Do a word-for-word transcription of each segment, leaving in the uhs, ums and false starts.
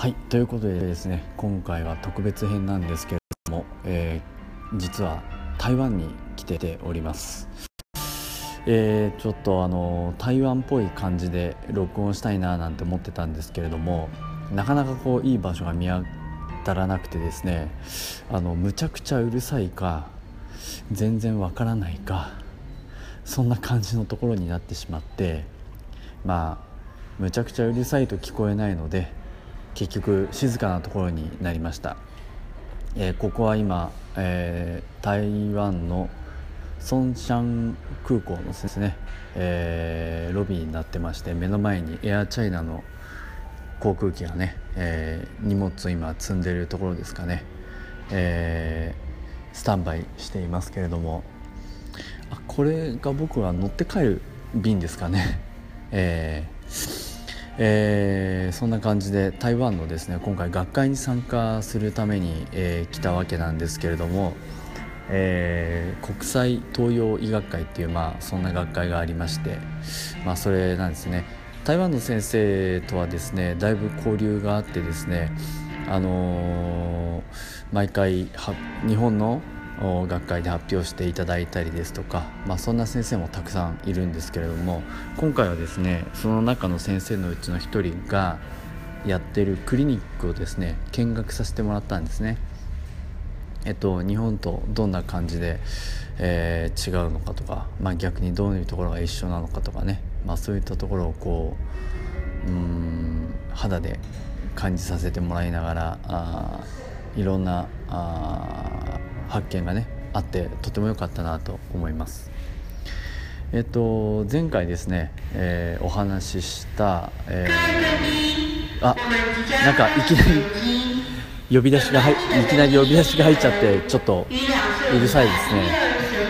はい、ということでですね、今回は特別編なんですけれども、えー、実は台湾に来てております。えー、ちょっとあの台湾っぽい感じで録音したいななんて思ってたんですけれども、なかなかこういい場所が見当たらなくてですね、あのむちゃくちゃうるさいか全然わからないか、そんな感じのところになってしまって、まあむちゃくちゃうるさいと聞こえないので結局静かなところになりました。えー、ここは今、えー、台湾のソンシャン空港のですね、えー、ロビーになってまして、目の前にエアチャイナの航空機がね、えー、荷物を今積んでいるところですかね、えー、スタンバイしていますけれども、あ、これが僕が乗って帰る便ですかね。えーえー、そんな感じで台湾のですね、今回学会に参加するために、えー、来たわけなんですけれども、えー、国際東洋医学会っていう、まあ、そんな学会がありまして、まあ、それなんですね。台湾の先生とはですねだいぶ交流があってですね、あのー、毎回は日本の学会で発表していただいたりですとか、まあ、そんな先生もたくさんいるんですけれども、今回はですねその中の先生のうちの一人がやっているクリニックをですね見学させてもらったんですね。えっと、日本とどんな感じで、えー、違うのかとか、まあ、逆にどういうところが一緒なのかとかね、まあ、そういったところをこう、うーん肌で感じさせてもらいながら、あいろんなあ発見がねあってとても良かったなと思います。えっと前回ですね、えー、お話しした、えー、あなんかいきなり呼び出しが入いきなり呼び出しが入っちゃってちょっとうるさいですね。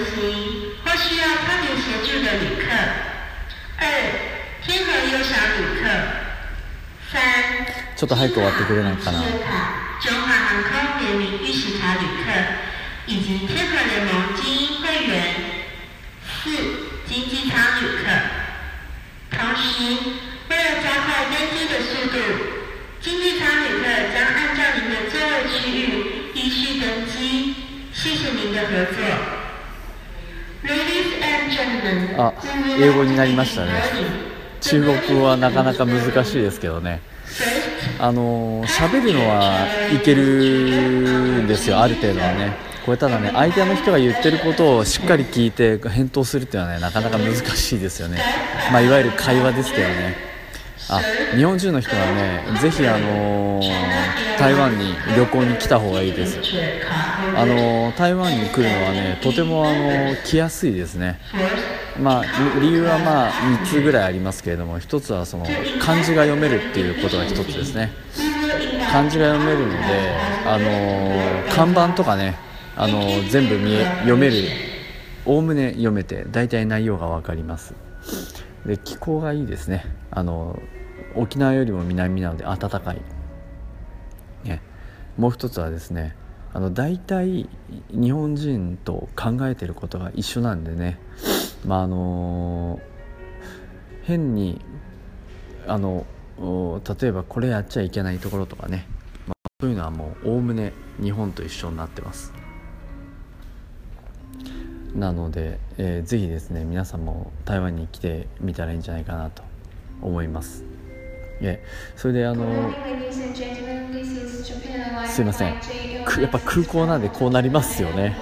ちょっと早く終わってくれないかな。以及天河联盟精英会员。四、经济舱旅客。同时，为了加快登机的速度，经济舱旅客将按照您的座位区域依序登机。谢谢您的合作。Ladies and gentlemen。あ、英語になりましたね。中国語はなかなか難しいですけどね。あの喋るのはいけるんですよ、ある程度はね。これただね、相手の人が言ってることをしっかり聞いて返答するっていうのはね、なかなか難しいですよね。まあいわゆる会話ですけどね。あ、日本人の人はね、ぜひあのー、台湾に旅行に来た方がいいです。あのー、台湾に来るのはね、とてもあのー、来やすいですね。まあ理由はまあみっつぐらいありますけれども、ひとつはその漢字が読めるっていうことがひとつですね。漢字が読めるので、あのー、看板とかね、あのー、全部見え読める、おおむね読めて大体内容が分かります。で、気候がいいですね。あのー、沖縄よりも南なので暖かい、ね、もう一つはですね、あの大体日本人と考えてることが一緒なんでね、まああのー、変にあの例えばこれやっちゃいけないところとかね、まあ、そういうのはもうおおむね日本と一緒になってます。なので、えー、ぜひですね皆さんも台湾に来てみたらいいんじゃないかなと思います。えそれであのすいません、やっぱ空港なんでこうなりますよね。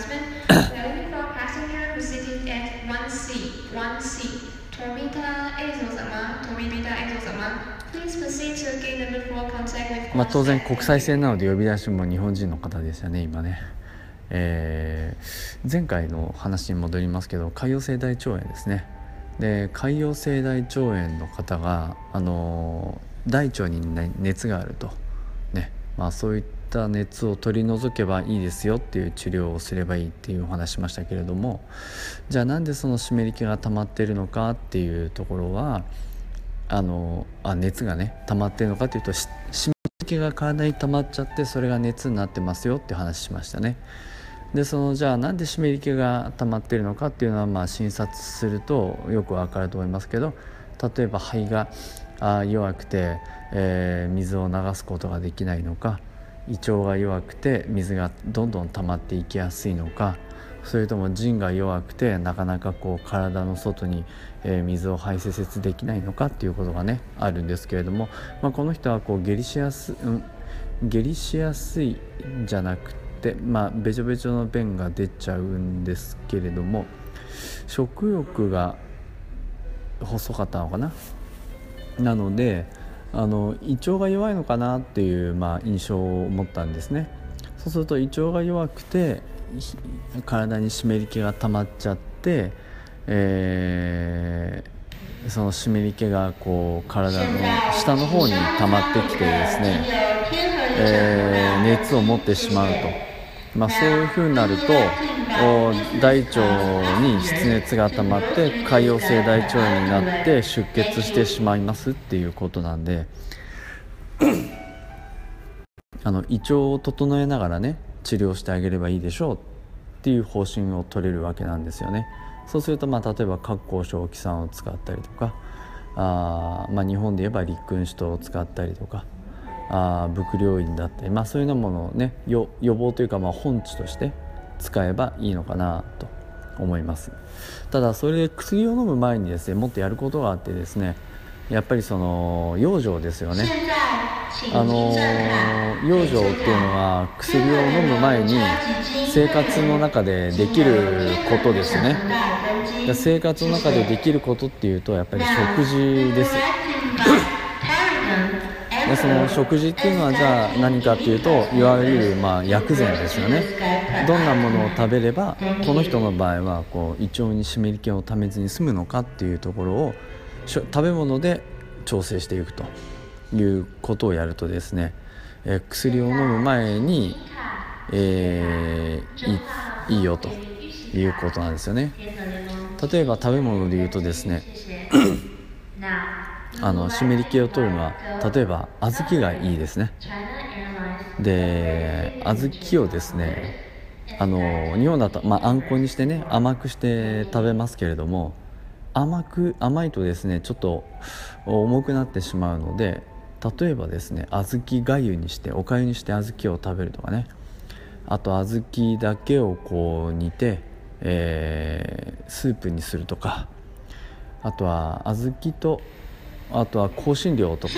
まあ、当然国際線なので呼び出しも日本人の方でしたね今ね。えー、前回の話に戻りますけど、潰瘍性大腸炎ですね。で、潰瘍性大腸炎の方が、あのー、大腸に、ね、熱があると、ね、まあ、そういった熱を取り除けばいいですよっていう治療をすればいいっていうお話しましたけれども、じゃあなんでその湿り気が溜まっているのかっていうところは、あのあ熱がね溜まっているのかというと、湿り気が体に溜まっちゃってそれが熱になってますよっていう話しましたね。で、そのじゃあなんで湿り気が溜まっているのかっていうのは、まあ診察するとよくわかると思いますけど、例えば肺があ弱くて、えー、水を流すことができないのか、胃腸が弱くて水がどんどん溜まっていきやすいのか、それとも腎が弱くてなかなかこう体の外に、えー、水を排泄できないのかっていうことがねあるんですけれども、まあ、この人はこう下痢しやす、うん、下痢しやすいんじゃなくて、まあ、べちょべちょの便が出ちゃうんですけれども、食欲が細かったのかな。なのであの胃腸が弱いのかなっていう、まあ、印象を持ったんですね。そうすると胃腸が弱くて体に湿り気が溜まっちゃって、えー、その湿り気がこう体の下の方に溜まってきてですね、えー、熱を持ってしまうと、まあ、そういう風になると大腸に湿熱が溜まって潰瘍性大腸炎になって出血してしまいますっていうことなんであの胃腸を整えながらね治療してあげればいいでしょうっていう方針を取れるわけなんですよね。そうすると、まあ、例えば葛根正気散を使ったりとか、あ、まあ、日本で言えば立君子湯を使ったりとか、あ伏量院だったり、まあ、そういうものをね予防というか、まあ、本治として使えばいいのかなと思います。ただそれで薬を飲む前にですねもっとやることがあってですね、やっぱりその養生ですよね。あの養生っていうのは薬を飲む前に生活の中でできることですね。生活の中でできることっていうとやっぱり食事ですでその食事っていうのはじゃあ何かっていうといわゆるまあ薬膳ですよね。どんなものを食べればこの人の場合はこう胃腸に湿り気をためずに済むのかっていうところを食べ物で調整していくということをやるとですね、えー、薬を飲む前に、えー、いい、いいよということなんですよね。例えば食べ物で言うとですねあの湿り気を取るのは例えば小豆がいいですね。で小豆をですねあの日本だと、まあ、あんこにしてね甘くして食べますけれども、甘く甘いとですねちょっと重くなってしまうので、例えばですね小豆がゆにしておかゆにして小豆を食べるとかね、あと小豆だけをこう煮て、えー、スープにするとか、あとは小豆とあとは香辛料とか、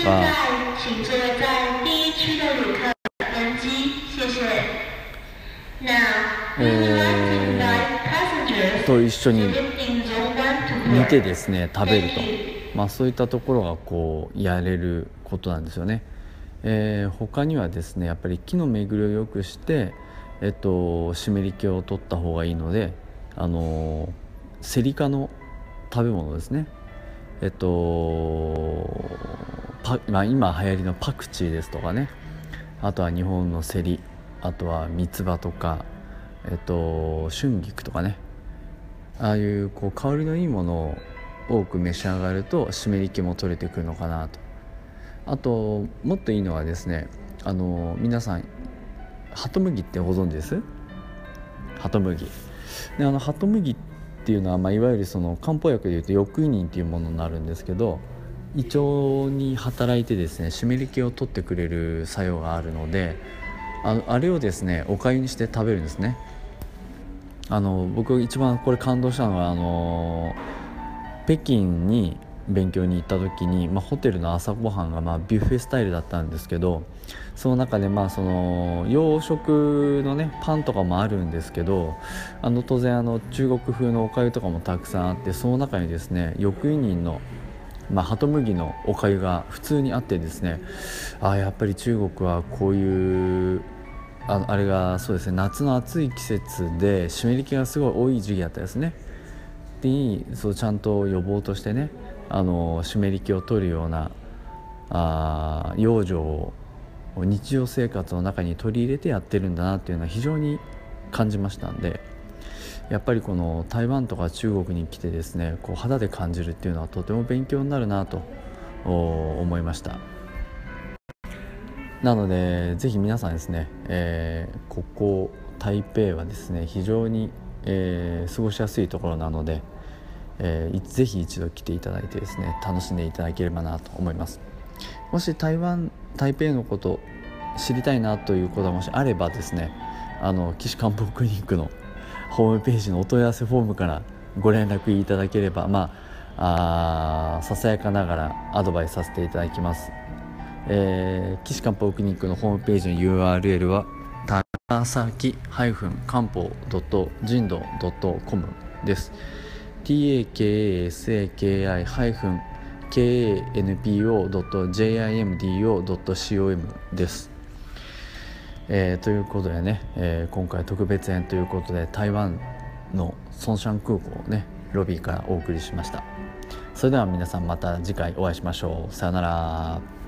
えー、と一緒に煮てですね食べると、まあ、そういったところがこうやれることなんですよね。えー、他にはですねやっぱり気の巡りを良くして、えっと、湿り気を取った方がいいので、あのセリ科の食べ物ですね。えっとパ、まあ、今流行りのパクチーですとかね、あとは日本のセリ、あとは三つ葉とか、えっと、春菊とかね、ああいうこう香りのいいものを多く召し上がると湿り気も取れてくるのかなと。あともっといいのはですね、あの皆さんハトムギってご存知です？ハトムギで、あのハトムギっていうのは、まあ、いわゆるその漢方薬でいうと翼胃仁っていうものになるんですけど、胃腸に働いてですね湿り気を取ってくれる作用があるので、あのあれをですねお粥にして食べるんですね。あの僕一番これ感動したのはあの北京に勉強に行った時に、まあ、ホテルの朝ごはんがまあビュッフェスタイルだったんですけど、その中でまあその洋食のねパンとかもあるんですけど、あの当然あの中国風のお粥とかもたくさんあって、その中にですね翼胃仁のまあ、ハトムギのお粥が普通にあってですね、あやっぱり中国はこういう あ, あれがそうですね夏の暑い季節で湿り気がすごい多い時期だったですね。でそうちゃんと予防としてねあの湿り気を取るようなあ養生を日常生活の中に取り入れてやってるんだなっていうのは非常に感じましたんで、やっぱりこの台湾とか中国に来てですねこう肌で感じるっていうのはとても勉強になるなと思いました。なのでぜひ皆さんですね、えー、ここ台北はですね非常に、えー、過ごしやすいところなので、 えー、ぜひ一度来ていただいてですね、楽しんでいただければなと思います。もし台湾台北のこと知りたいなということがもしあればですね、あの岸漢方クリニックのホームページのお問い合わせフォームからご連絡いただければ、まあ、あささやかながらアドバイスさせていただきます。えー、岸漢方クリニックのホームページの ユーアールエル は高崎漢方人道 .com です。 タカサキ-kanpo.jimdo.com です。えー、ということでね、えー、今回特別編ということで台湾のソンシャン空港をねロビーからお送りしました。それでは皆さんまた次回お会いしましょう。さよなら。